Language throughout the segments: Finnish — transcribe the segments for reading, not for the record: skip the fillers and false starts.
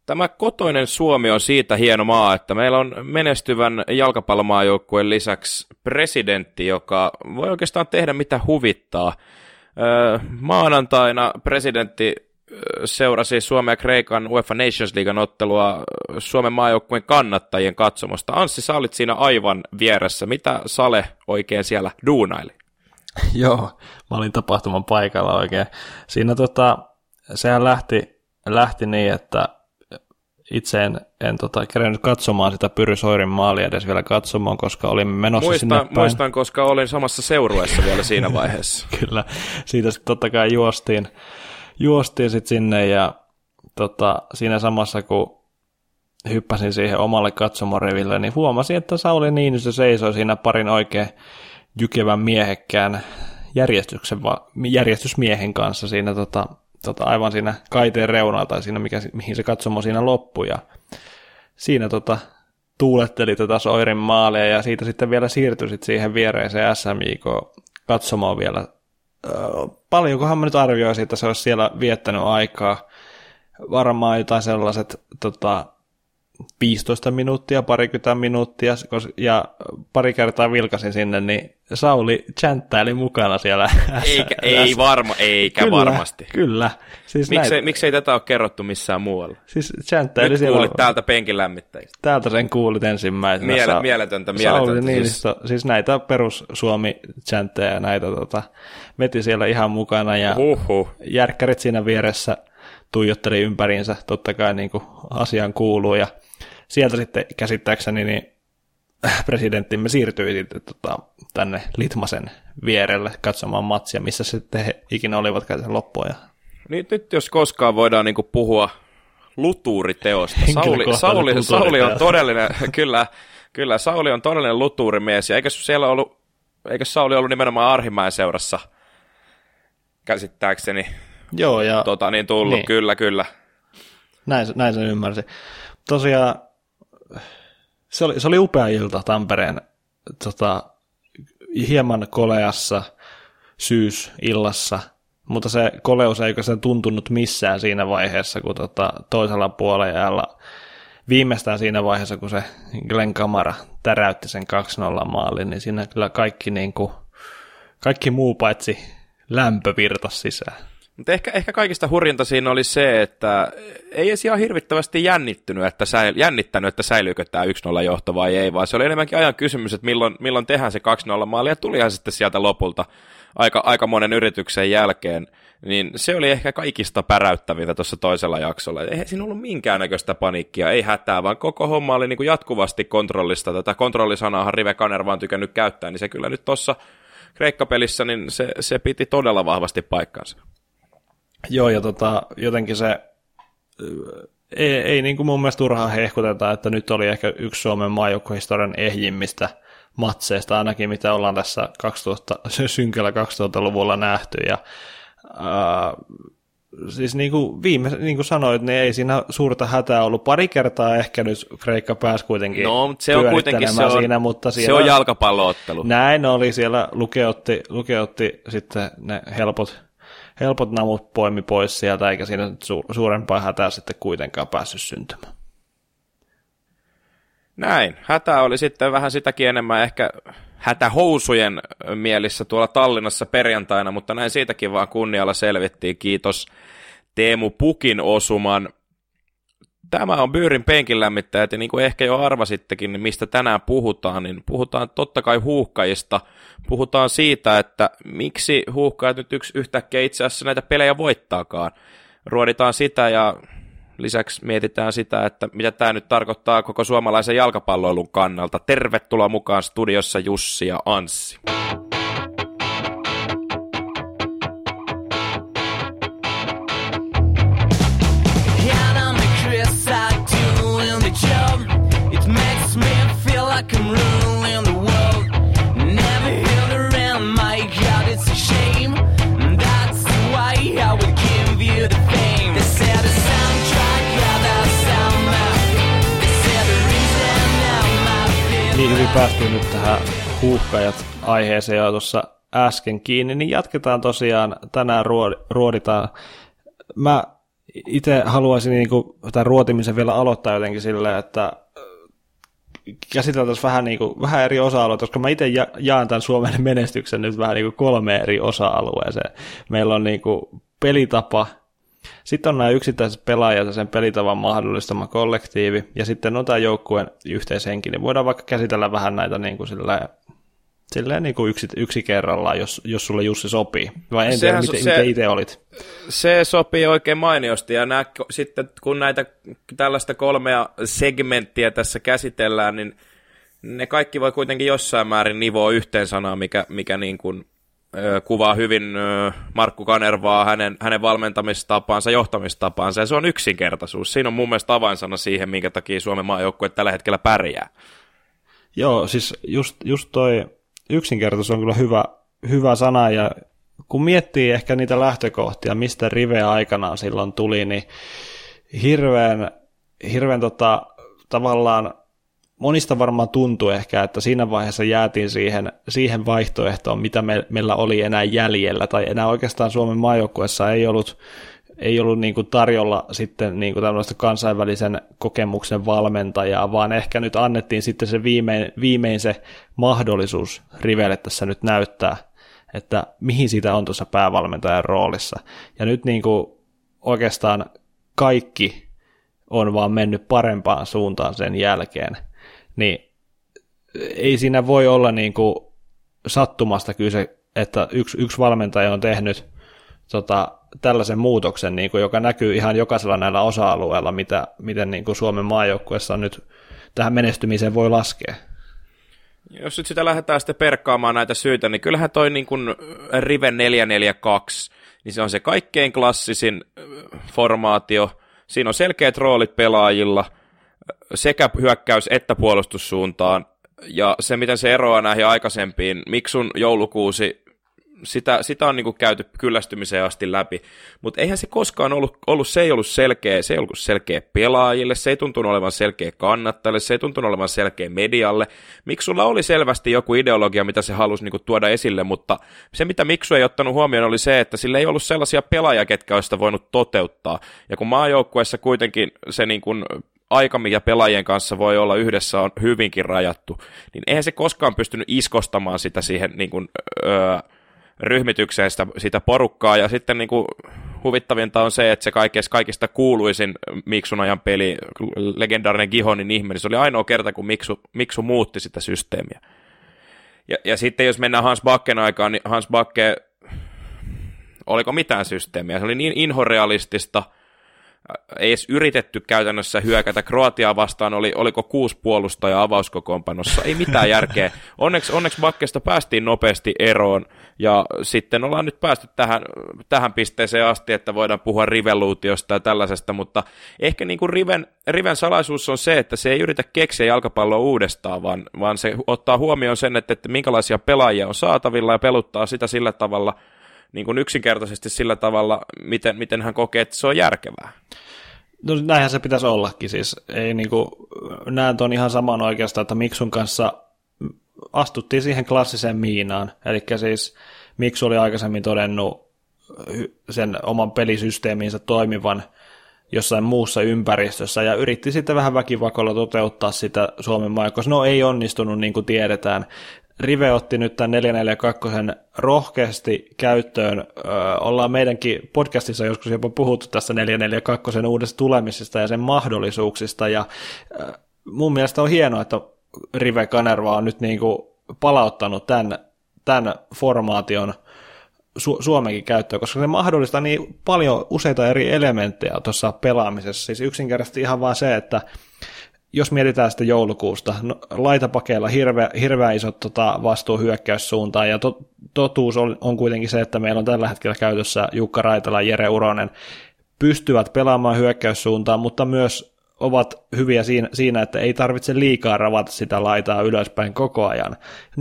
Tämä kotoinen Suomi on siitä hieno maa, että meillä on menestyvän jalkapallomaajoukkueen lisäksi presidentti, joka voi oikeastaan tehdä mitä huvittaa. Maanantaina presidentti seurasi Suomen ja Kreikan UEFA Nations Leaguean ottelua Suomen maajoukkueen kannattajien katsomosta. Anssi, sä olit siinä aivan vieressä. Mitä Sale oikein siellä duunaili? Joo, mä olin tapahtuman paikalla oikein. Siinä sehän lähti niin, että itse en kerennyt katsomaan sitä Pyry Soirin maalia edes vielä katsomaan, koska olimme menossa sinne päin. Muistan, koska olin samassa seurueessa vielä siinä vaiheessa. Kyllä, siitä sitten totta kai juostiin sitten sinne ja siinä samassa kun hyppäsin siihen omalle katsomoriville, niin huomasin, että Sauli Niinistö seisoi siinä parin oikein jykevän miehekkään järjestysmiehen kanssa siinä aivan siinä kaiteen reunalla tai siinä, mihin se katsomo siinä loppui. Ja siinä tuuletteli Soirin maalia ja siitä sitten vielä siirtyi siihen viereiseen SMIK-katsomoon vielä. Paljonkohan mä nyt arvioisin, että se olisi siellä viettänyt aikaa. Varmaan jotain sellaiset 15 minuuttia, 20 minuuttia, ja pari kertaa vilkasin sinne, niin Sauli chanttaili mukana siellä. Eikä varmasti. Kyllä. Siis miksei tätä ole kerrottu missään muualla? Siis chanttaili nyt siellä. Kuulit täältä penkin lämmittäjistä. Täältä sen kuulit ensimmäisenä. Mieletöntä. Sauli Niinistö, siis näitä perus Suomi-chantteja, näitä veti siellä ihan mukana, ja järkkärit siinä vieressä tuijotteli ympäriinsä, totta kai niin kuin asiaan kuuluu, ja sieltä sitten käsittääkseni niin presidenttimme siirtyi sitten tänne Litmasen vierelle katsomaan matsia, missä sitten he ikinä olivat sen loppuun. Niin, nyt jos koskaan voidaan niin kuin puhua lutuuriteosta. Sauli on todellinen, kyllä Sauli on todellinen lutuurimies, ja eikö Sauli ollut nimenomaan Arhimäen seurassa käsittääkseni? Joo, ja niin tullut, niin. Kyllä. Näin sen ymmärsin. Tosiaan se oli upea ilta Tampereen hieman koleassa syysillassa, mutta se koleus ei oikeastaan tuntunut missään siinä vaiheessa, kun toisella puolella viimeistään siinä vaiheessa, kun se Glenn Kamara täräytti sen 2-0 maalin, niin siinä kyllä kaikki muu paitsi lämpö virtasi sisään. Mutta ehkä kaikista hurjinta siinä oli se, että ei edes ihan hirvittävästi jännittänyt, että säilyykö tämä 1-0 johto vai ei, vaan se oli enemmänkin ajan kysymys, että milloin tehdään se 2-0 maali, ja tulihan sitten sieltä lopulta aika monen yrityksen jälkeen, niin se oli ehkä kaikista päräyttävintä tuossa toisella jaksolla. Eihän siinä ollut minkäännäköistä paniikkia, ei hätää, vaan koko homma oli niin kuin jatkuvasti kontrollista. Tätä kontrollisanaahan Rive Kanerva on tykännyt käyttää, niin se kyllä nyt tuossa Kreikka-pelissä, niin se piti todella vahvasti paikkansa. Joo, ja jotenkin se ei niin kuin mun mielestä turhaan hehkuteta, että nyt oli ehkä yksi Suomen maajoukkuehistorian ehjimmistä matseista, ainakin mitä ollaan tässä synkällä 2000-luvulla nähty, ja siis niin kuin sanoit, niin ei siinä suurta hätää ollut. Pari kertaa ehkä nyt Kreikka pääsi kuitenkin pyörittelemään siinä, mutta se on jalkapalloottelu. Näin oli, siellä lukeutti sitten ne helpot namut poimi pois sieltä, eikä siinä suurempaa hätää sitten kuitenkaan päässyt syntymään. Näin. Hätä oli sitten vähän sitäkin enemmän ehkä hätähousujen mielissä tuolla Tallinnassa perjantaina, mutta näin siitäkin vaan kunnialla selvittiin. Kiitos Teemu Pukin osuman. Tämä on Byyrin penkin lämmittäjät, ja niin kuin ehkä jo arvasittekin, niin mistä tänään puhutaan, niin puhutaan totta kai Huuhkajista. Puhutaan siitä, että miksi Huuhkajat nyt yhtäkkiä itse asiassa näitä pelejä voittaakaan. Ruoditaan sitä, ja lisäksi mietitään sitä, että mitä tämä nyt tarkoittaa koko suomalaisen jalkapalloilun kannalta. Tervetuloa mukaan studiossa Jussi ja Anssi. Niin hyvin päästiin nyt tähän Huuhkajat-aiheeseen jo tuossa äsken kiinni, niin jatketaan tosiaan, tänään ruoditaan. Mä itse haluaisin niin kuin, tämän ruotimisen vielä aloittaa jotenkin silleen, että käsiteltäisiin vähän eri osa-alueita, koska mä itse jaan tämän Suomen menestyksen nyt vähän niin kuin 3 eri osa-alueeseen. Meillä on niin kuin pelitapa, sitten on nämä yksittäiset pelaajat ja sen pelitavan mahdollistama kollektiivi, ja sitten on tämä joukkueen yhteishenki, niin voidaan vaikka käsitellä vähän näitä niin kuin silleen niin kuin yksi kerrallaan, jos sulle Jussi sopii. Vai en tiedä, miten itse olit? Se sopii oikein mainiosti, ja sitten kun näitä tällaista 3 segmenttiä tässä käsitellään, niin ne kaikki voi kuitenkin jossain määrin nivoa yhteen sanaan, mikä niin kuin kuvaa hyvin Markku Kanervaa, hänen valmentamistapaansa, johtamistapaansa, ja se on yksinkertaisuus. Siinä on mun mielestä avainsana siihen, minkä takia Suomen maajoukkue tällä hetkellä pärjää. Joo, siis just toi yksinkertaisuus on kyllä hyvä sana, ja kun miettii ehkä niitä lähtökohtia, mistä Rive aikanaan silloin tuli, niin hirveän tavallaan monista varmaan tuntui ehkä, että siinä vaiheessa jäätiin siihen vaihtoehtoon, mitä meillä oli enää jäljellä, tai enää oikeastaan Suomen maajoukkueessa ei ollut niin kuin tarjolla sitten niin kuin tällaista kansainvälisen kokemuksen valmentajaa, vaan ehkä nyt annettiin sitten se viimein se mahdollisuus Rivelle tässä nyt näyttää, että mihin siitä on tuossa päävalmentajan roolissa. Ja nyt niin kuin oikeastaan kaikki on vaan mennyt parempaan suuntaan sen jälkeen, niin ei siinä voi olla niin kuin sattumasta kyse, että yksi valmentaja on tehnyt tällaisen muutoksen, niin kuin, joka näkyy ihan jokaisella näillä osa-alueilla, miten niin kuin Suomen maajoukkueessa nyt tähän menestymiseen voi laskea. Jos nyt sitä lähdetään sitten perkkaamaan näitä syitä, niin kyllähän toi niin kuin Rive 442, niin se on se kaikkein klassisin formaatio. Siinä on selkeät roolit pelaajilla sekä hyökkäys- että puolustussuuntaan. Ja se, miten se eroaa näihin aikaisempiin, Miksun joulukuusi, sitä on niin kuin käyty kyllästymiseen asti läpi, mutta eihän se koskaan ollut, se ei ollut selkeä pelaajille, se ei tuntunut olevan selkeä kannattajille, se ei tuntunut olevan selkeä medialle. Miksulla oli selvästi joku ideologia, mitä se halusi niin kuin tuoda esille, mutta se, mitä Miksu ei ottanut huomioon, oli se, että sillä ei ollut sellaisia pelaajia, ketkä olisi sitä voinut toteuttaa. Ja kun maajoukkueessa kuitenkin se niin kuin aika, mikä pelaajien kanssa voi olla yhdessä, on hyvinkin rajattu, niin eihän se koskaan pystynyt iskostamaan sitä siihen niin kuin, ryhmitykseen sitä porukkaa, ja sitten niin kuin huvittavinta on se, että se kaikista kuuluisin Miksun ajan peli, legendaarinen Gihonin ihme, niin se oli ainoa kerta, kun Miksu muutti sitä systeemiä. Ja sitten jos mennään Hans Backen aikaan, niin Hans Backe, oliko mitään systeemiä? Se oli niin inhorealistista, ei edes yritetty käytännössä hyökätä. Kroatiaa vastaan oliko 6 puolustajaa avauskokoonpanossa, ei mitään järkeä. Onneksi Bakkesta päästiin nopeasti eroon, ja sitten ollaan nyt päästy tähän pisteeseen asti, että voidaan puhua riveluutiosta ja tällaisesta, mutta ehkä niin kuin Riven salaisuus on se, että se ei yritä keksiä jalkapalloa uudestaan, vaan se ottaa huomioon sen, että minkälaisia pelaajia on saatavilla ja peluttaa sitä sillä tavalla, niin kuin yksinkertaisesti sillä tavalla, miten hän kokee, että se on järkevää. No näinhän se pitäisi ollakin, siis ei niinku, näen ton ihan saman oikeastaan, että Miksun kanssa astuttiin siihen klassiseen miinaan, eli siis Miksu oli aikaisemmin todennut sen oman pelisysteeminsä toimivan jossain muussa ympäristössä, ja yritti sitten vähän väkivakolla toteuttaa sitä Suomen maailmassa. No ei onnistunut, niin kuin tiedetään. Rive otti nyt tämän 442 rohkeasti käyttöön. Ollaan meidänkin podcastissa joskus jopa puhuttu tästä 442 uudesta tulemisesta ja sen mahdollisuuksista, ja mun mielestä on hienoa, että Rive Kanerva on nyt niin kuin palauttanut tämän formaation Suomenkin käyttöön, koska se mahdollistaa niin paljon useita eri elementtejä tuossa pelaamisessa. Siis yksinkertaisesti ihan vaan se, että jos mietitään sitä joulukuusta, no, laitapakeilla hirveän isot vastuu hyökkäyssuuntaan, ja totuus on kuitenkin se, että meillä on tällä hetkellä käytössä Jukka Raitala ja Jere Uronen, pystyvät pelaamaan hyökkäyssuuntaan, mutta myös ovat hyviä siinä, että ei tarvitse liikaa ravata sitä laitaa ylöspäin koko ajan.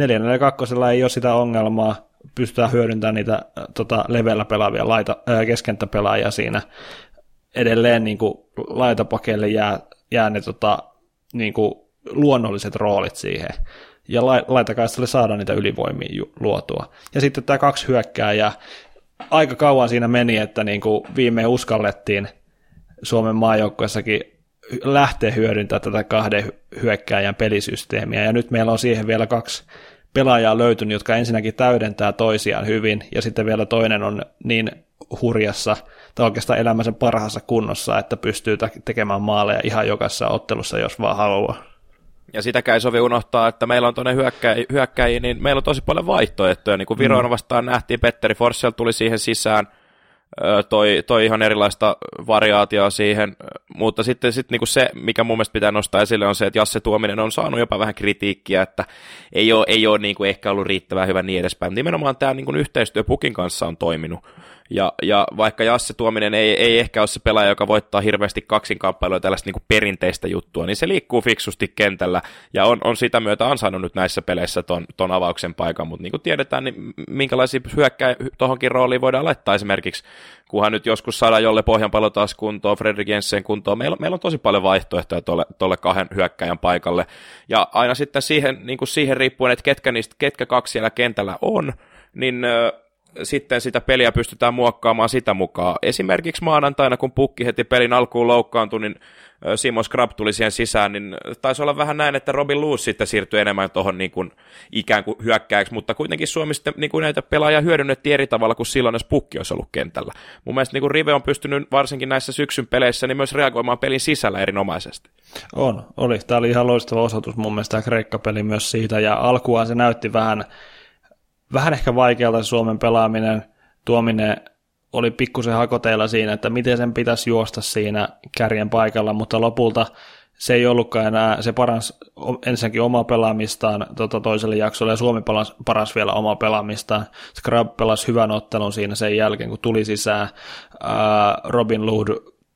442 ei ole sitä ongelmaa, pystytään hyödyntämään niitä leveällä pelaavia keskenttäpelaajia siinä. Edelleen niin kuin laitapakeille jää ne niin kuin luonnolliset roolit siihen, ja laitakaistalle saadaan niitä ylivoimia luotua. Ja sitten tämä 2 hyökkääjää, aika kauan siinä meni, että niin kuin viimein uskallettiin Suomen maajoukkueessakin lähtee hyödyntämään tätä 2 hyökkääjän pelisysteemiä, ja nyt meillä on siihen vielä 2 pelaajaa löytynyt, jotka ensinnäkin täydentää toisiaan hyvin, ja sitten vielä toinen on niin hurjassa, tai oikeastaan elämänsä parhaassa kunnossa, että pystyy tekemään maaleja ihan jokaisessa ottelussa, jos vaan haluaa. Ja sitäkään ei sovi unohtaa, että meillä on tuonne hyökkäjiä, niin meillä on tosi paljon vaihtoehtoja, niin kuin Viroon vastaan nähtiin, Petteri Forssell tuli siihen sisään, toi ihan erilaista variaatioa siihen, mutta sitten niin kuin se, mikä mun mielestä pitää nostaa esille, on se, että Jasse Tuominen on saanut jopa vähän kritiikkiä, että ei ole niin kuin ehkä ollut riittävän hyvä niin edespäin. Nimenomaan tämä niin kuin yhteistyö Pukin kanssa on toiminut, ja vaikka Jasse Tuominen ei ehkä ole se pelaaja, joka voittaa hirveästi kaksinkamppailuja tällaista niin kuin perinteistä juttua, niin se liikkuu fiksusti kentällä, ja on sitä myötä ansainnut nyt näissä peleissä ton avauksen paikan, mutta niin kuin tiedetään, niin minkälaisia tuohonkin rooliin voidaan laittaa esimerkiksi, kunhan nyt joskus saadaan Jolle Pohjanpalo taas kuntoon, Fredrik Jensen kuntoon, meillä on tosi paljon vaihtoehtoja tuolle 2 hyökkäjän paikalle, ja aina sitten siihen riippuen, että ketkä 2 siellä kentällä on, niin sitten sitä peliä pystytään muokkaamaan sitä mukaan. Esimerkiksi maanantaina, kun Pukki heti pelin alkuun loukkaantui, niin Simon Scrub tuli siihen sisään, niin taisi olla vähän näin, että Robin Lewis sitten siirtyi enemmän tuohon niin kuin ikään kuin hyökkääjäksi, mutta kuitenkin Suomi sitten niin kuin näitä pelaajia hyödynnettiin eri tavalla kuin silloin, jos Pukki olisi ollut kentällä. Mun mielestä niin kuin Rive on pystynyt varsinkin näissä syksyn peleissä niin myös reagoimaan pelin sisällä erinomaisesti. Oli. Tämä oli ihan loistava osoitus mun mielestä tämä Kreikka-peli myös siitä, ja alkuaan se näytti vähän ehkä vaikealta Suomen pelaaminen. Tuominen oli pikkusen hakoteilla siinä, että miten sen pitäisi juosta siinä kärjen paikalla, mutta lopulta se ei ollutkaan enää, se paransi ensinnäkin omaa pelaamistaan toiselle jaksolle, ja Suomi paransi vielä omaa pelaamistaan. Scrub pelasi hyvän ottelun siinä sen jälkeen, kun tuli sisään. Robin Lod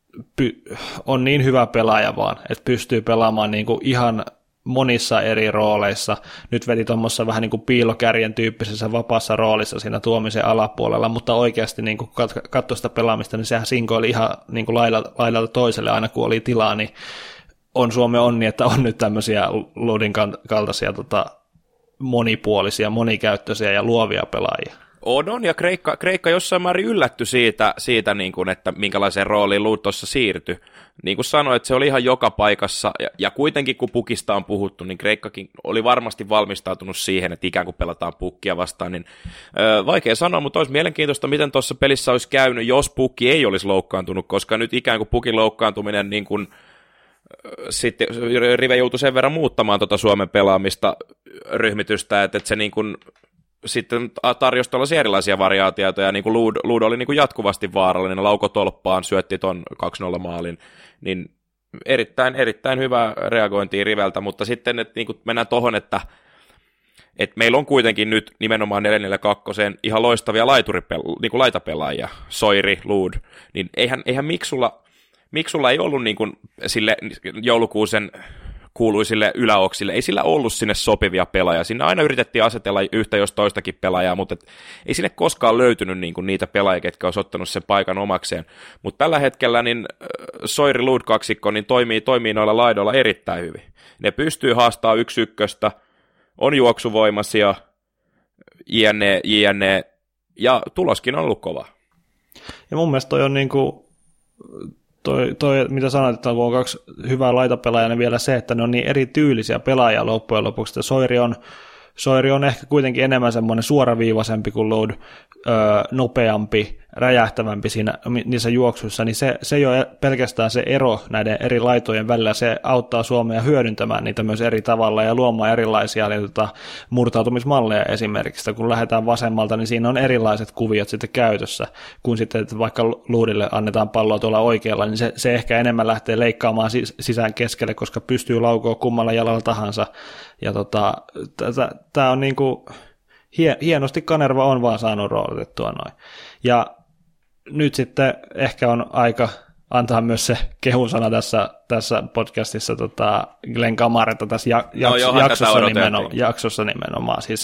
on niin hyvä pelaaja vaan, että pystyy pelaamaan niin kuin ihan monissa eri rooleissa. Nyt veti tuommoissa vähän niin kuin piilokärjen tyyppisessä vapaassa roolissa siinä Tuomisen alapuolella, mutta oikeasti niin kuin katsoi sitä pelaamista, niin sehän sinkoili ihan niin kuin laidalta toiselle aina kun oli tilaa, niin on Suomen onni, että on nyt tämmöisiä Ludin kaltaisia monipuolisia, monikäyttöisiä ja luovia pelaajia. On, ja Kreikka jossain määrin yllätty siitä niin kuin, että minkälaiseen rooliin Lud tuossa siirtyi. Niin kuin sanoin, että se oli ihan joka paikassa, ja kuitenkin kun Pukista on puhuttu, niin Kreikkakin oli varmasti valmistautunut siihen, että ikään kuin pelataan Pukkia vastaan, niin vaikea sanoa, mutta olisi mielenkiintoista, miten tuossa pelissä olisi käynyt, jos Pukki ei olisi loukkaantunut, koska nyt ikään kuin Pukin loukkaantuminen niin kuin sitten Rive joutui sen verran muuttamaan Suomen pelaamista ryhmitystä, että se niin kuin sitten tarjosi tällaisia erilaisia variaatioita, ja niin kuin Lud oli niin kuin jatkuvasti vaarallinen, lauko tolppaan, syötti ton 2-0 maalin, niin erittäin hyvä reagointia Riveltä, mutta sitten että niin kuin mennään tohon, että meillä on kuitenkin nyt nimenomaan 4-4-2 ihan loistavia niin kuin laitapelaajia, Soiri, Lud, niin eihän Miksulla ei ollut niin kuin sille joulukuusen kuuluisille yläoksille, ei sillä ollut sinne sopivia pelaajia. Sinne aina yritettiin asetella yhtä jos toistakin pelaajaa, mutta ei sinne koskaan löytynyt niinku niitä pelaajia, ketkä olisi ottanut sen paikan omakseen. Mutta tällä hetkellä niin Soiri Lud kaksikko niin toimii noilla laidoilla erittäin hyvin. Ne pystyy haastamaan 1-1, on juoksuvoimaisia, jne, ja tuloskin on ollut kova. Ja mun mielestä toi on niinku Toi, mitä sanoit, että kun on 2 hyvää laitapelaajaa, niin vielä se, että ne on niin erityylisiä pelaajia loppujen lopuksi. Soiri on ehkä kuitenkin enemmän semmoinen suoraviivaisempi kuin Lod, nopeampi, räjähtävämpi niissä juoksuissa, niin se jo pelkästään se ero näiden eri laitojen välillä, se auttaa Suomea hyödyntämään niitä myös eri tavalla ja luomaan erilaisia murtautumismalleja esimerkiksi. Kun lähdetään vasemmalta, niin siinä on erilaiset kuviot sitten käytössä, kun sitten että vaikka Ludille annetaan palloa tuolla oikealla, niin se ehkä enemmän lähtee leikkaamaan sisään keskelle, koska pystyy laukoa kummalla jalalla tahansa. Ja tämä on niin kuin hienosti Kanerva on vaan saanut roolitettua noin. Ja nyt sitten ehkä on aika antaa myös se kehunsana tässä podcastissa Glenn Kamaretta tässä jaksossa nimenomaan. Siis,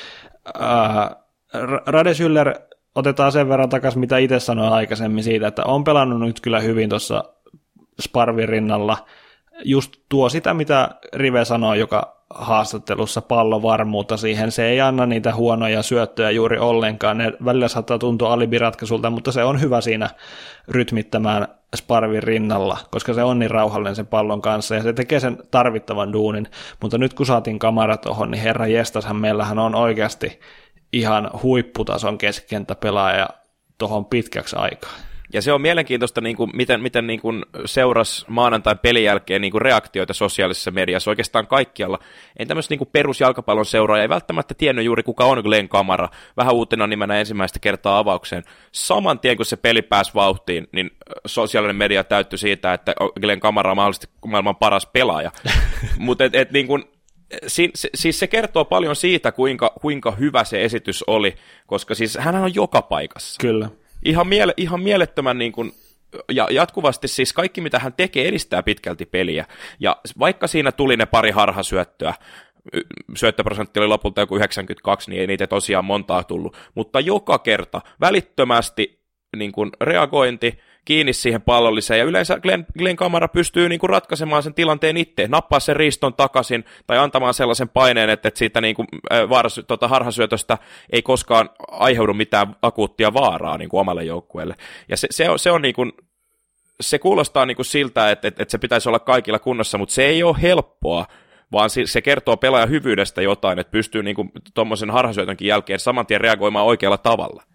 Rade Schüller otetaan sen verran takaisin, mitä itse sanoin aikaisemmin siitä, että on pelannut nyt kyllä hyvin tuossa Sparvin rinnalla. Just tuo sitä, mitä Rive sanoi, joka haastattelussa pallovarmuutta siihen. Se ei anna niitä huonoja syöttöjä juuri ollenkaan. Ne välillä saattaa tuntua alibiratkaisulta, mutta se on hyvä siinä rytmittämään Sparvin rinnalla, koska se on niin rauhallinen sen pallon kanssa, ja se tekee sen tarvittavan duunin, mutta nyt kun saatiin Kamara tuohon, niin herra jestashan, meillähän on oikeasti ihan huipputason keskikenttäpelaaja tuohon pitkäksi aikaa. Ja se on mielenkiintoista, niin kuin, miten niin kuin seurasi maanantain pelin jälkeen niin kuin reaktioita sosiaalisessa mediassa oikeastaan kaikkialla. En tämmöistä niin kuin perusjalkapallon seuraaja ei välttämättä tiennyt juuri kuka on Glenn Kamara. Vähän uutena nimenä ensimmäistä kertaa avaukseen. Saman tien kun se peli pääsi vauhtiin, niin sosiaalinen media täyttyi siitä, että Glenn Kamara on mahdollisesti maailman paras pelaaja. Mutta niin kuin siis se kertoo paljon siitä, kuinka hyvä se esitys oli, koska siis hänhän on joka paikassa. Kyllä. Ihan mielettömän niin kuin, ja jatkuvasti siis kaikki mitä hän tekee edistää pitkälti peliä. Ja vaikka siinä tuli ne pari harhasyöttöä, syöttöprosentti oli lopulta joku 92, niin ei niitä tosiaan montaa tullut. Mutta joka kerta välittömästi niin kuin reagointi, kiinni siihen pallolliseen, ja yleensä Glenn Kamara pystyy niin kuin ratkaisemaan sen tilanteen itse, nappaa sen riiston takaisin, tai antamaan sellaisen paineen, että siitä niin kuin, harhasyötöstä ei koskaan aiheudu mitään akuuttia vaaraa niin kuin omalle joukkueelle. Ja se on niin kuin, se kuulostaa niin kuin siltä, että se pitäisi olla kaikilla kunnossa, mutta se ei ole helppoa, vaan se kertoo pelaajan hyvyydestä jotain, että pystyy niin kuin tuommoisen harhasyötönkin jälkeen saman tien reagoimaan oikealla tavalla.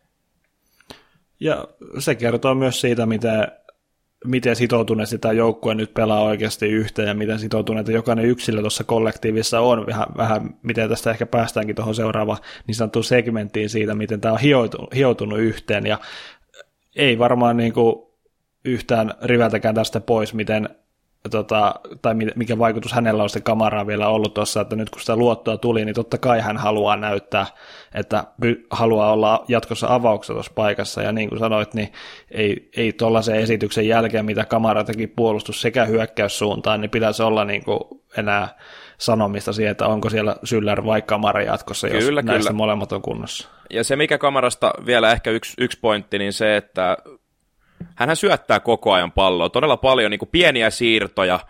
Ja se kertoo myös siitä, miten sitoutuneet sitä joukkue nyt pelaa oikeasti yhteen ja miten sitoutuneita jokainen yksilö tuossa kollektiivissa on. Vähän miten tästä ehkä päästäänkin tuohon seuraavaan niin sanottuun segmenttiin siitä, miten tämä on hioutunut yhteen. Ja ei varmaan niin kuin yhtään riveltäkään tästä pois, tai mikä vaikutus hänellä on sitten Kamaraan vielä ollut tuossa, että nyt kun sitä luottoa tuli, niin totta kai hän haluaa näyttää, että haluaa olla jatkossa avauksessa tuossa paikassa, ja niin kuin sanoit, niin ei tuollaisen esityksen jälkeen, mitä Kamara teki puolustus sekä hyökkäyssuuntaan, niin pitäisi olla niin kuin enää sanomista siihen, että onko siellä Schüller vai Kamara jatkossa, jos näistä molemmat on kunnossa. Ja se, mikä Kamarasta vielä ehkä yksi pointti, niin se, että hänhän syöttää koko ajan palloa, todella paljon niin kuin pieniä siirtoja,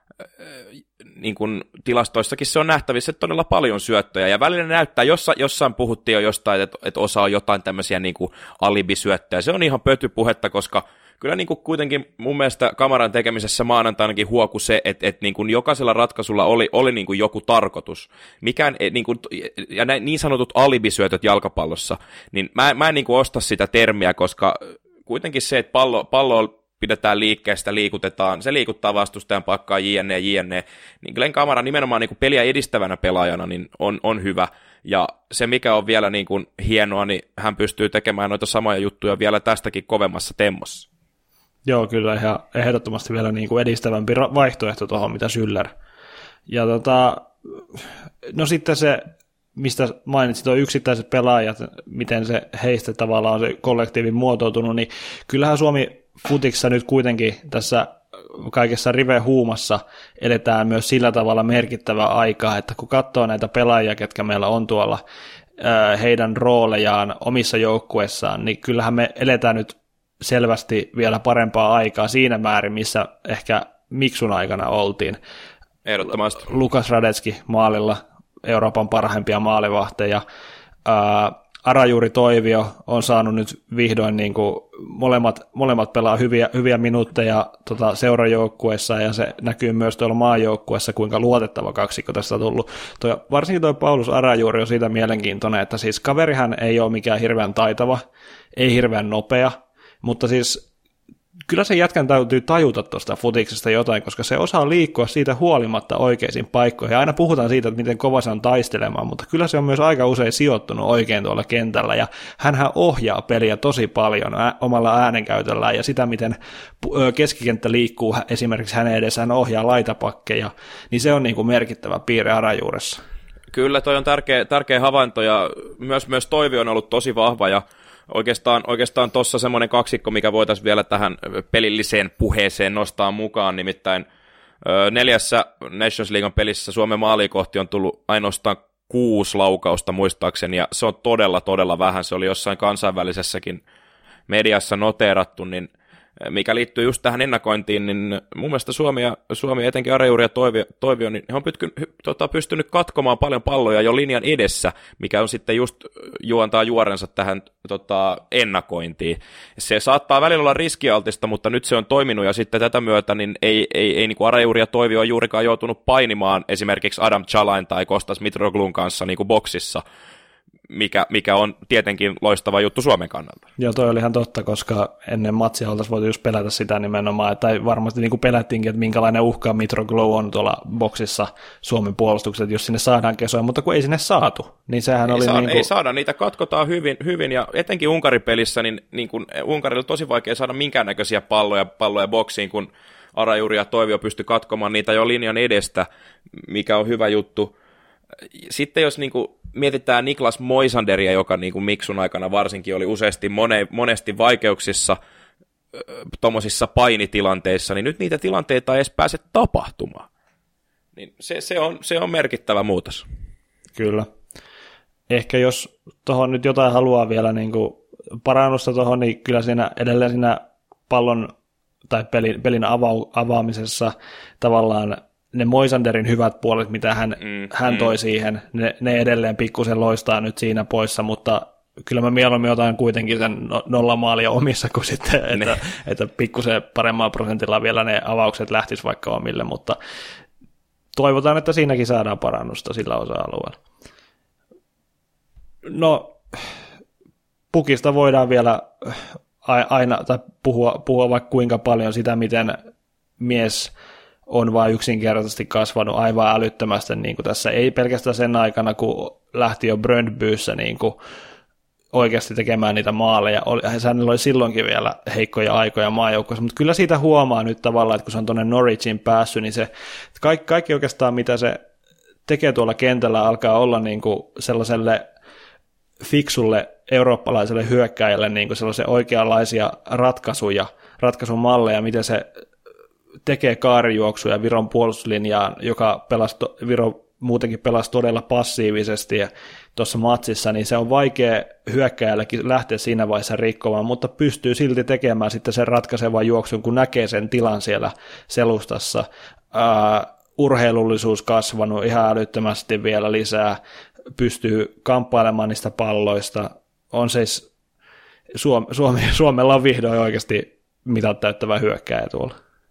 niin kuin tilastoissakin se on nähtävissä, että todella paljon syöttöjä, ja välillä näyttää, jossain puhuttiin jo jostain, että osa on jotain tämmöisiä niin kuin alibisyöttöjä, se on ihan pötypuhetta, koska kyllä niin kuin kuitenkin mun mielestä Kamaran tekemisessä maanantainakin huoku se, että niin kuin jokaisella ratkaisulla oli niin kuin joku tarkoitus. Mikään, niin kuin, ja niin sanotut alibisyötöt jalkapallossa, niin mä en niin kuin osta sitä termiä, koska kuitenkin se, että pallo pidetään liikkeestä, liikutetaan, se liikuttaa vastustajan pakkaa, jne, niin Glenn Kamara nimenomaan niin kuin peliä edistävänä pelaajana niin on hyvä, ja se mikä on vielä niin kuin hienoa, niin hän pystyy tekemään noita samoja juttuja vielä tästäkin kovemmassa temmossa. Joo, kyllä ihan ehdottomasti vielä niin kuin edistävämpi vaihtoehto tuohon, mitä Schüller. Ja no sitten se, mistä mainitsit, tuo yksittäiset pelaajat, miten se heistä tavallaan on se kollektiivi muotoutunut, niin kyllähän Suomi futiksessa nyt kuitenkin tässä kaikessa rive-huumassa eletään myös sillä tavalla merkittävää aikaa, että kun katsoo näitä pelaajia, ketkä meillä on tuolla, heidän roolejaan omissa joukkueissaan, niin kyllähän me eletään nyt selvästi vielä parempaa aikaa siinä määrin, missä ehkä Miksun aikana oltiin. Ehdottomasti. Lukas Radetski maalilla, Euroopan parhaimpia maalivahteja. Arajuuri Toivio on saanut nyt vihdoin, niin kuin molemmat pelaa hyviä minuutteja seurajoukkueessa, ja se näkyy myös tuolla maajoukkueessa, kuinka luotettava kaksikko tästä on tullut. Varsinkin tuo Paulus Arajuuri on siitä mielenkiintoinen, että siis kaverihän ei ole mikään hirveän taitava, ei hirveän nopea, mutta siis kyllä se jätkän täytyy tajuta tuosta futiksesta jotain, koska se osaa liikkua siitä huolimatta oikeisiin paikkoihin. Ja aina puhutaan siitä, että miten kova se on taistelemaan, mutta kyllä se on myös aika usein sijoittunut oikein tuolla kentällä, ja hänhän ohjaa peliä tosi paljon omalla äänenkäytöllään, ja sitä, miten keskikenttä liikkuu esimerkiksi hänen edessään, hän ohjaa laitapakkeja, niin se on niin kuin merkittävä piirre Arajuuressa. Kyllä, toi on tärkeä havainto, ja myös Toivi on ollut tosi vahva, ja Oikeastaan tuossa semmoinen kaksikko, mikä voitaisiin vielä tähän pelilliseen puheeseen nostaa mukaan, nimittäin 4 Nations Leaguean pelissä Suomen maaliin kohti on tullut ainoastaan 6 laukausta muistaakseni, ja se on todella vähän, se oli jossain kansainvälisessäkin mediassa noteerattu, niin mikä liittyy just tähän ennakointiin, niin mun mielestä Suomi etenkin Arejuuri ja Toivio, niin he on pystynyt katkomaan paljon palloja jo linjan edessä, mikä on sitten just juontaa juorensa tähän ennakointiin. Se saattaa välillä olla riskialtista, mutta nyt se on toiminut, ja sitten tätä myötä niin ei niin kuin Arejuuri ja Toivio on juurikaan joutunut painimaan esimerkiksi Adam Chalain tai Kostas Mitroglun kanssa niin kuin boksissa, mikä on tietenkin loistava juttu Suomen kannalta. Joo, toi oli ihan totta, koska ennen matsia oltaisiin voitu just pelätä sitä nimenomaan, tai varmasti niin kuin pelättiinkin, että minkälainen uhka Mitroglou on tuolla boksissa Suomen puolustuksessa, että jos sinne saadaan kesoja, mutta kun ei sinne saatu, niin sehän ei saada, niitä katkotaan hyvin ja etenkin Unkarin pelissä, niin kuin Unkarilla on tosi vaikea saada minkäännäköisiä palloja boksiin, kun Arejuuri ja Toivio pystyi katkomaan niitä jo linjan edestä, mikä on hyvä juttu. Sitten jos niin kuin mietitään Niklas Moisanderia, joka niin kuin Miksun aikana varsinkin oli useasti monesti vaikeuksissa tuommoisissa painitilanteissa, niin nyt niitä tilanteita ei edes pääse tapahtumaan. Niin se on merkittävä muutos. Kyllä. Ehkä jos tuohon nyt jotain haluaa vielä niin kuin parannusta tuohon, niin kyllä edelleen siinä pallon tai pelin avaamisessa tavallaan ne Moisanderin hyvät puolet, mitä hän toi siihen, ne edelleen pikkusen loistaa nyt siinä poissa, mutta kyllä mä mieluummin otan kuitenkin sen nollamaalia omissa, kuin sitten, että pikkusen paremmalla prosentilla vielä ne avaukset lähtis vaikka omille, mutta toivotaan, että siinäkin saadaan parannusta sillä osa-alueella. No, pukista voidaan vielä aina tai puhua vaikka kuinka paljon sitä, miten mies on vain yksinkertaisesti kasvanut aivan älyttömästi niin kuin tässä, ei pelkästään sen aikana, kun lähti jo Brøndbyssä niin kuin oikeasti tekemään niitä maaleja. Hänellä oli silloinkin vielä heikkoja aikoja maajoukkueessa, mutta kyllä siitä huomaa nyt tavallaan, että kun se on tuonne Norwichin päässyt, niin se kaikki oikeastaan, mitä se tekee tuolla kentällä, alkaa olla niin kuin sellaiselle fiksulle eurooppalaiselle hyökkääjälle niin kuin sellaisia oikeanlaisia ratkaisumalleja, miten se tekee kaarijuoksuja Viron puolustuslinjaan, joka Viro muutenkin pelasi todella passiivisesti tuossa matsissa, niin se on vaikea hyökkääjällekin lähteä siinä vaiheessa rikkomaan, mutta pystyy silti tekemään sitten sen ratkaisevan juoksun, kun näkee sen tilan siellä selustassa. Urheilullisuus kasvanut ihan älyttömästi vielä lisää, pystyy kamppailemaan niistä palloista. On siis Suomella on vihdoin oikeasti mitat täyttävä hyökkääjä tuolla.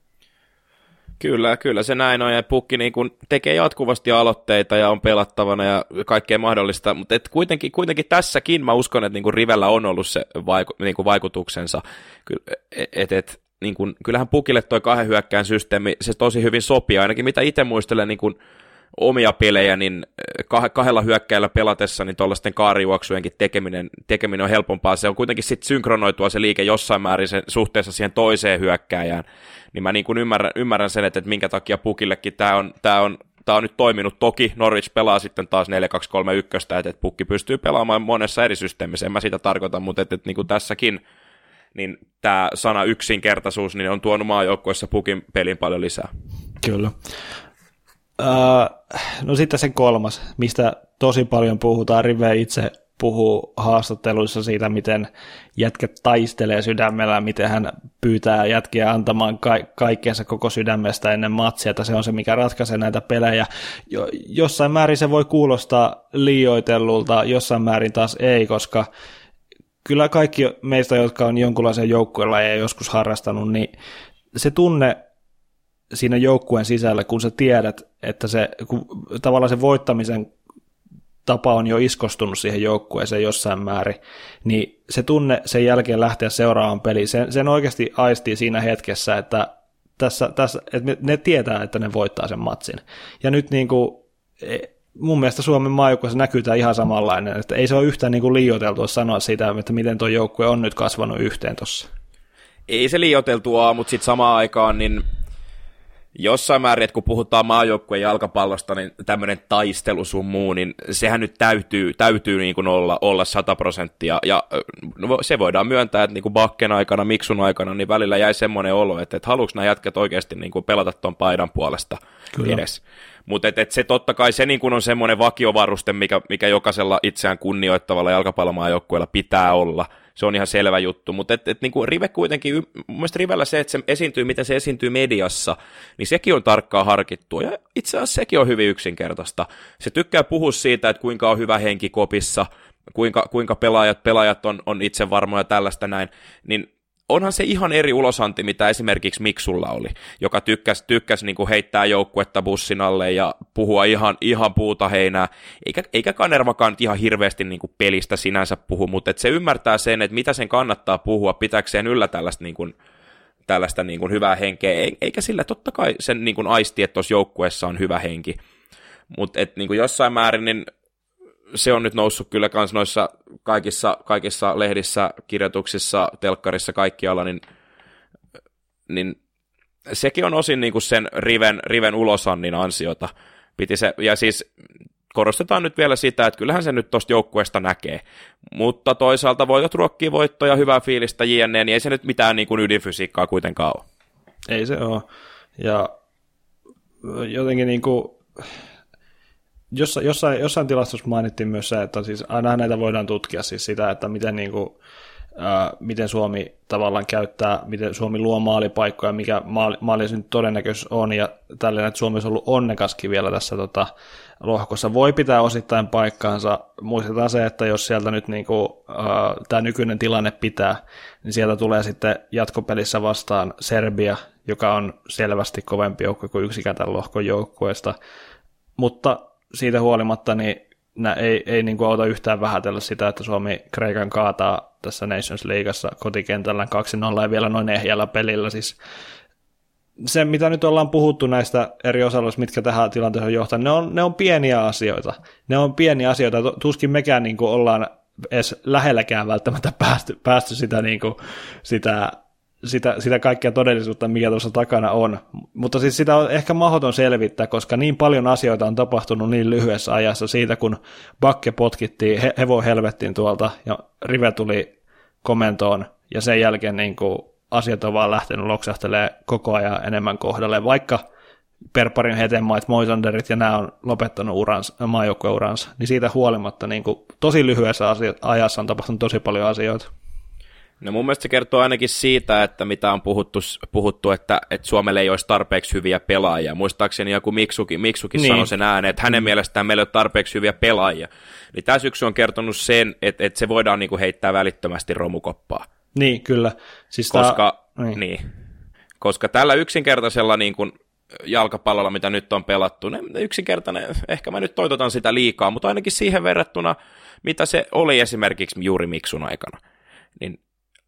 Kyllä se näin on, ja Pukki niin kuin tekee jatkuvasti aloitteita ja on pelattavana ja kaikkea mahdollista, mutta kuitenkin tässäkin mä uskon, että niin kuin Rivellä on ollut se niin kuin vaikutuksensa, niin kuin, kyllähän Pukille toi 2 hyökkään systeemi, se tosi hyvin sopii, ainakin mitä itse muistelen niin kuin omia pelejä, niin 2 hyökkäillä pelatessa niin tuollaisten kaarijuoksujenkin tekeminen on helpompaa. Se on kuitenkin sitten synkronoitua se liike jossain määrin suhteessa siihen toiseen hyökkääjään. Niin mä niin kuin ymmärrän sen, että minkä takia Pukillekin tämä on nyt toiminut. Toki Norwich pelaa sitten taas 4-2-3-1, että Pukki pystyy pelaamaan monessa eri systeemissä. En mä sitä tarkoita, mutta että niin kuin tässäkin niin tämä sana yksinkertaisuus niin on tuonut maajoukkueessa Pukin pelin paljon lisää. Kyllä. No sitten se 3, mistä tosi paljon puhutaan, Rive itse puhuu haastatteluissa siitä, miten jätket taistelee sydämellä, miten hän pyytää jätkiä antamaan kaikkeensa koko sydämestä ennen matsia, että se on se, mikä ratkaisee näitä pelejä. Jossain määrin se voi kuulostaa liioitellulta, jossain määrin taas ei, koska kyllä kaikki meistä, jotka on jonkunlaisen joukkueella ja joskus harrastanut, niin se tunne siinä joukkueen sisällä, kun sä tiedät, että tavallaan se voittamisen tapa on jo iskostunut siihen joukkueeseen jossain määrin, niin se tunne sen jälkeen lähteä seuraavaan peliin, sen oikeasti aistii siinä hetkessä, että että ne tietää, että ne voittaa sen matsin. Ja nyt niin kuin, mun mielestä Suomen maajoukkueessa näkyy tämä ihan samanlainen, että ei se ole yhtään niin kuin liioiteltua sanoa siitä, että miten tuo joukkue on nyt kasvanut yhteen tuossa. Ei se liioiteltua, mutta sitten samaan aikaan niin jossain määrin, että kun puhutaan maajoukkueen jalkapallosta, niin tämmöinen taistelu sun muu, niin sehän nyt täytyy niin kuin olla 100%. Ja se voidaan myöntää, että niin kuin Bakken aikana, Miksun aikana, niin välillä jäi semmoinen olo, että haluuks nämä jätkät oikeasti niin kuin pelata tuon paidan puolesta edes. Mutta se totta kai se niin kuin on semmoinen vakiovaruste, mikä jokaisella itseään kunnioittavalla jalkapallomaajoukkueella pitää olla. se on ihan selvä juttu, mutta niinku Rive kuitenkin, mun mielestä Rivellä se, että se esiintyy, miten se esiintyy mediassa, niin sekin on tarkkaan harkittua, ja itse asiassa sekin on hyvin yksinkertaista. Se tykkää puhua siitä, että kuinka on hyvä henki kopissa, kuinka pelaajat on itsevarmoja tällaista näin, niin onhan se ihan eri ulosanti, mitä esimerkiksi Miksulla oli, joka tykkäsi niin kuin heittää joukkuetta bussin alle ja puhua ihan puuta heinää, eikä Kanervakaan ihan hirveästi niin kuin pelistä sinänsä puhu, mutta se ymmärtää sen, että mitä sen kannattaa puhua, pitääkseen yllä tällaista niin kuin hyvää henkeä, eikä sillä totta kai sen niin kuin aisti, että tuossa joukkueessa on hyvä henki, mutta niin kuin jossain määrin, niin se on nyt noussut kyllä kans noissa kaikissa lehdissä, kirjoituksissa, telkkarissa, kaikkialla, niin sekin on osin niinku sen Riven ulosannin ansiota. Ja siis korostetaan nyt vielä sitä, että kyllähän se nyt tuosta joukkueesta näkee, mutta toisaalta voitot ruokkii voittoja, hyvää fiilistä jne, niin ei se nyt mitään niinku ydinfysiikkaa kuitenkaan ole. Ei se ole, ja jotenkin niinku Jossain tilastossa mainittiin myös se, että siis aina näitä voidaan tutkia siis sitä, että miten Suomi tavallaan käyttää, miten Suomi luo maalipaikkoja, mikä maalisynty todennäköisyys on, ja tällainen, että Suomi olisi ollut onnekaskin vielä tässä lohkossa. Voi pitää osittain paikkaansa. Muistetaan se, että jos sieltä nyt tämä nykyinen tilanne pitää, niin sieltä tulee sitten jatkopelissä vastaan Serbia, joka on selvästi kovempi joukko kuin yksikään tämän lohkon joukkueesta, mutta siitä huolimatta niin ei niin kuin auta yhtään vähätellä sitä, että Suomi Kreikan kaataa tässä Nations Leagueassa kotikentällä 2-0 ja vielä noin ehjällä pelillä. Siis se, mitä nyt ollaan puhuttu näistä eri osa-alueista, mitkä tähän tilanteeseen johtaa, ne on pieniä asioita. Ne on pieniä asioita. Tuskin mekään niin kuin ollaan edes lähelläkään välttämättä päästy sitä, niin kuin, sitä kaikkea todellisuutta, mikä tuossa takana on. Mutta siis sitä on ehkä mahdoton selvittää, koska niin paljon asioita on tapahtunut niin lyhyessä ajassa siitä, kun Bakke potkittiin hevon helvettiin tuolta ja Rive tuli komentoon ja sen jälkeen niin kuin asiat on vaan lähtenyt loksahtelemaan koko ajan enemmän kohdalle, vaikka Perparin Hetenmaat, Moisanderit ja nämä on lopettanut maajoukkueuransa, niin siitä huolimatta niin kuin tosi lyhyessä ajassa on tapahtunut tosi paljon asioita. No mun mielestä se kertoo ainakin siitä, että mitä on puhuttu että Suomelle ei olisi tarpeeksi hyviä pelaajia. Muistaakseni joku Miksukin niin sanoi sen ääneen, että hänen mielestään meillä ei ole tarpeeksi hyviä pelaajia. Niin tämä syksy on kertonut sen, että se voidaan niinku heittää välittömästi romukoppaa. Niin, kyllä. Siis koska tällä yksinkertaisella niin kuin jalkapallolla, mitä nyt on pelattu, yksinkertainen, ehkä mä nyt toitotan sitä liikaa, mutta ainakin siihen verrattuna, mitä se oli esimerkiksi juuri Miksun aikana, niin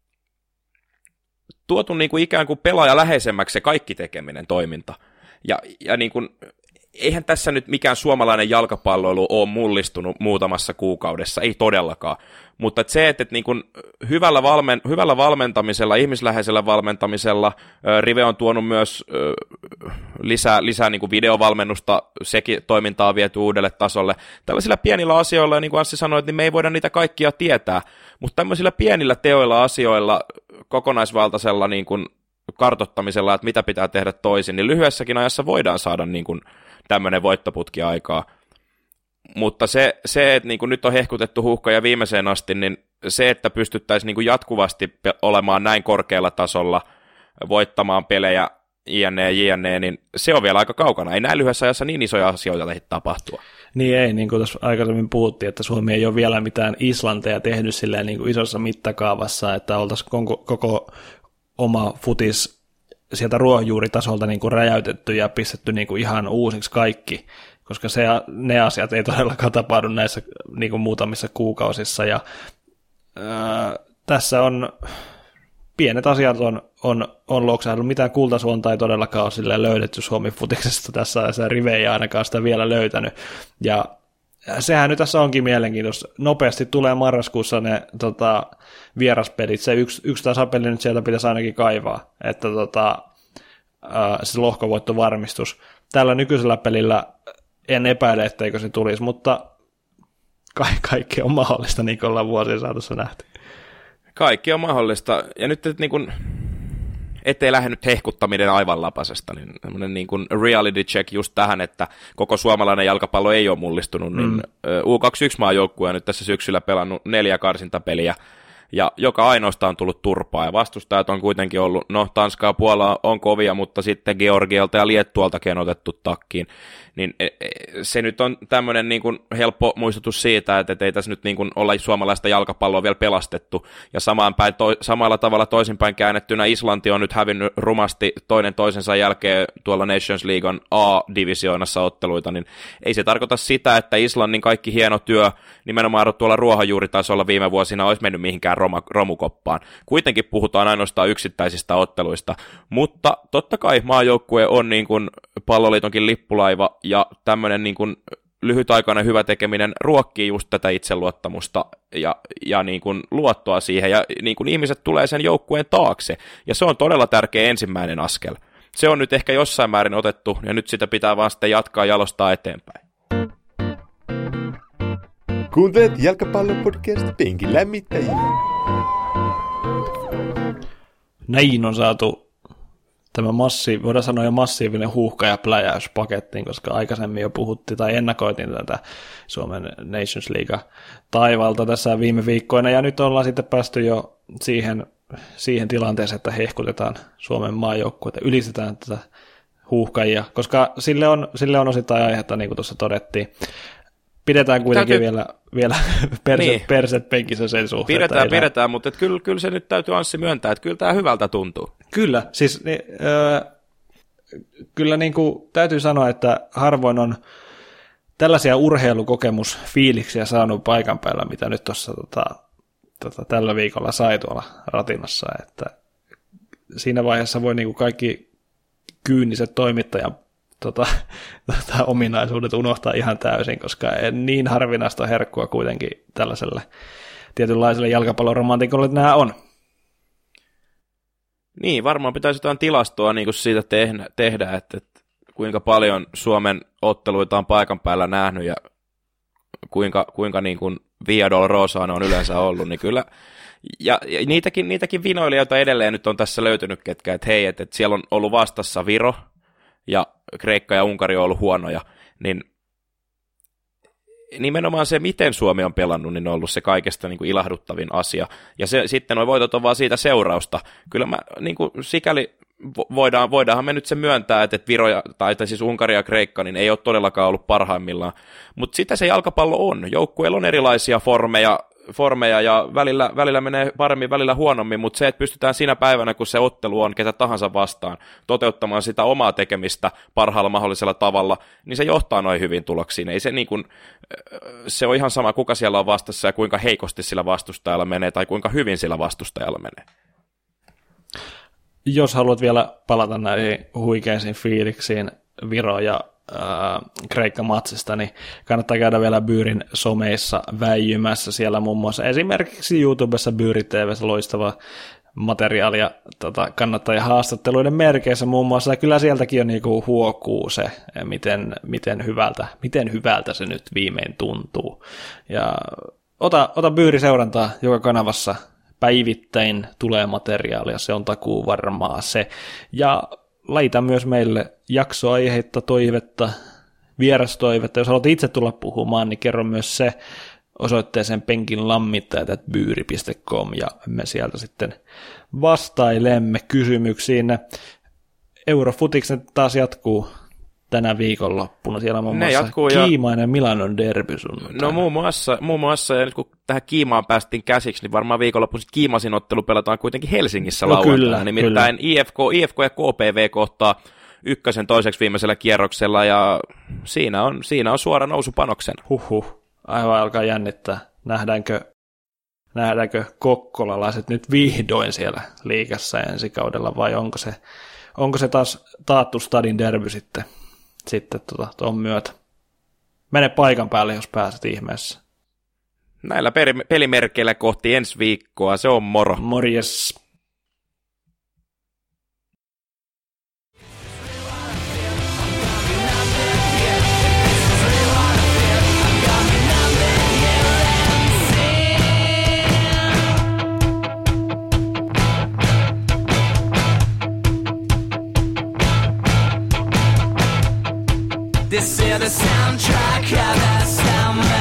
tuotu niin kuin ikään kuin pelaaja läheisemmäksi se kaikki tekeminen, toiminta. Ja niin kuin, eihän tässä nyt mikään suomalainen jalkapalloilu ole mullistunut muutamassa kuukaudessa, ei todellakaan. Mutta se, että niin kuin hyvällä valmentamisella, ihmisläheisellä valmentamisella, Rive on tuonut myös lisää niin kuin videovalmennusta, sekin toimintaa on viety uudelle tasolle. Tällaisilla pienillä asioilla, ja niin kuin Anssi sanoi, niin me ei voida niitä kaikkia tietää, mutta tämmöisillä pienillä teoilla, asioilla, kokonaisvaltaisella niin kuin kartoittamisella, että mitä pitää tehdä toisin, niin lyhyessäkin ajassa voidaan saada niin kuin tämmöinen voittoputki aikaa. Mutta se että niin kuin nyt on hehkutettu huuhkaja viimeiseen asti, niin se, että pystyttäisiin niin kuin jatkuvasti olemaan näin korkealla tasolla, voittamaan pelejä, jne, niin se on vielä aika kaukana. Ei näin lyhyessä ajassa niin isoja asioita tehty tapahtua. Niin ei, niin kuin tuossa aikaisemmin puhuttiin, että Suomi ei ole vielä mitään Islanteja tehnyt silleen niin kuin isossa mittakaavassa, että oltaisiin koko oma futis sieltä ruohonjuuritasolta niin kuin räjäytetty ja pistetty niin kuin ihan uusiksi kaikki, koska ne asiat ei todellakaan tapahdu näissä niin kuin muutamissa kuukausissa, ja tässä on pienet asiat on loksahdellut, mitään kultasuonta ei todellakaan ole silleen löydetty Suomi-futiksesta tässä ajassa, Rive ei ainakaan sitä vielä löytänyt, ja sehän nyt tässä onkin mielenkiintoista. Nopeasti tulee marraskuussa ne vieraspelit, se yksi tasapeli nyt sieltä pitäisi ainakin kaivaa, että se lohkovoittovarmistus. Tällä nykyisellä pelillä en epäile, etteikö se tulisi, mutta kaikki on mahdollista, niin kuin ollaan vuosien saatossa nähty. Kaikki on mahdollista, ja nyt niin kun, ettei lähde nyt hehkuttaminen aivan lapasesta, niin tämmöinen niin kuin reality check just tähän, että koko suomalainen jalkapallo ei ole mullistunut, niin U21-maajoukkue on nyt tässä syksyllä pelannut 4 karsintapeliä, ja joka ainoastaan on tullut turpaa, ja vastustajat on kuitenkin ollut, no Tanskaa, Puolaa on kovia, mutta sitten Georgialta ja Liettualtakin on otettu takkiin, niin se nyt on tämmöinen niin kuin helppo muistutus siitä, että ei tässä nyt niin kuin olla suomalaista jalkapalloa vielä pelastettu, ja samalla tavalla toisinpäin käännettynä Islanti on nyt hävinnyt rumasti toinen toisensa jälkeen tuolla Nations Leaguean A-divisioonassa otteluita, niin ei se tarkoita sitä, että Islannin kaikki hieno työ nimenomaan tuolla ruohonjuuritasolla viime vuosina olisi mennyt mihinkään romukoppaan. Kuitenkin puhutaan ainoastaan yksittäisistä otteluista, mutta totta kai maajoukkue on niin kuin Palloliitonkin lippulaiva, ja tämmöinen niin kuin lyhytaikainen hyvä tekeminen ruokkii just tätä itseluottamusta ja niin kuin luottoa siihen, ja niin kuin ihmiset tulee sen joukkueen taakse, ja se on todella tärkeä ensimmäinen askel. Se on nyt ehkä jossain määrin otettu, ja nyt sitä pitää vaan sitten jatkaa jalostaa eteenpäin. Kuuntelet jalkapallopodcast Penkin lämmittäjiä. Näin on saatu tämä voidaan sanoa jo massiivinen huuhka- ja pläjäys pakettiin, koska aikaisemmin jo puhuttiin tai ennakoitiin tätä Suomen Nations League taivalta tässä viime viikkoina, ja nyt ollaan sitten päästy jo siihen tilanteeseen, että hehkutetaan Suomen maajoukkuetta, ylistetään tätä huuhkajia, koska sille on osittain aihetta, niin kuin tuossa todettiin. Pidetään kuitenkin vielä perset penkissä sen suhteen. Pidetään, mutta kyllä se nyt täytyy Anssi myöntää, että kyllä tämä hyvältä tuntuu. Kyllä, siis kyllä niin kuin täytyy sanoa, että harvoin on tällaisia urheilukokemusfiiliksiä saanut paikan päällä, mitä nyt tuossa tällä viikolla sai tuolla Ratinassa, että siinä vaiheessa voi niin kuin kaikki kyyniset toimittajan ominaisuudet unohtaa ihan täysin, koska niin harvinaista herkkua kuitenkin tällaiselle tietynlaiselle jalkapalloromantikolle nämä on. Niin, varmaan pitäisi jotain tilastoa niin kuin siitä tehdä, että kuinka paljon Suomen otteluita on paikan päällä nähnyt ja kuinka niin kuin Via Dolorosa on yleensä ollut, niin kyllä, ja niitäkin vinoilijoita edelleen nyt on tässä löytynyt ketkä, että hei, että siellä on ollut vastassa Viro, ja Kreikka ja Unkari on ollut huonoja, niin nimenomaan se, miten Suomi on pelannut, niin on ollut se kaikesta niin kuin ilahduttavin asia. Ja sitten nuo voitot on vaan siitä seurausta. Kyllä mä niin kuin sikäli voidaanhan me nyt se myöntää, että Viro tai siis Unkari ja Kreikka niin ei ole todellakaan ollut parhaimmillaan. Mutta sitä se jalkapallo on. Joukkueilla on erilaisia formeja ja välillä menee paremmin, välillä huonommin, mutta se, että pystytään siinä päivänä, kun se ottelu on ketä tahansa vastaan, toteuttamaan sitä omaa tekemistä parhaalla mahdollisella tavalla, niin se johtaa noin hyvin tuloksiin. Ei se, niin kuin, se on ihan sama, kuka siellä on vastassa ja kuinka heikosti sillä vastustajalla menee tai kuinka hyvin sillä vastustajalla menee. Jos haluat vielä palata näihin huikeisiin fiiliksiin Viro ja Kreikka-matsista, niin kannattaa käydä vielä Byyrin someissa väijymässä. Siellä muun muassa esimerkiksi YouTubessa Byyri TV:ssä loistava materiaalia kannattajia haastatteluiden merkeissä muun muassa. Ja kyllä sieltäkin on niinku huokuu se, miten hyvältä se nyt viimein tuntuu. Ja ota Byyri seurantaa joka kanavassa. Päivittäin tulee materiaalia, se on takuu varmaa se. Ja laita myös meille jaksoaiheita, toivetta, vierastoivetta. Jos haluat itse tulla puhumaan, niin kerro myös se osoitteeseen penkinlammittajat@byyri.com ja me sieltä sitten vastailemme kysymyksiin. Eurofutikset taas jatkuu tänä viikonloppuna. Siellä on muun muassa kiimainen Milanon derby sunnuntaina. No muun muassa, ja nyt kun tähän kiimaan päästiin käsiksi, niin varmaan viikonloppuun kiimasin ottelu pelataan kuitenkin Helsingissä lauantaina. Nimittäin IFK ja KPV kohtaa ykkösen toiseksi viimeisellä kierroksella, ja siinä on suora nousu panoksena. Aivan alkaa jännittää. Nähdäänkö kokkolalaiset nyt vihdoin siellä liigassa ensi kaudella, vai onko se taas taattu stadin derby sitten tuon myötä? Mene paikan päälle, jos pääset ihmeessä. Näillä pelimerkeillä kohti ensi viikkoa, se on moro. Morjes. This is the soundtrack of the summer.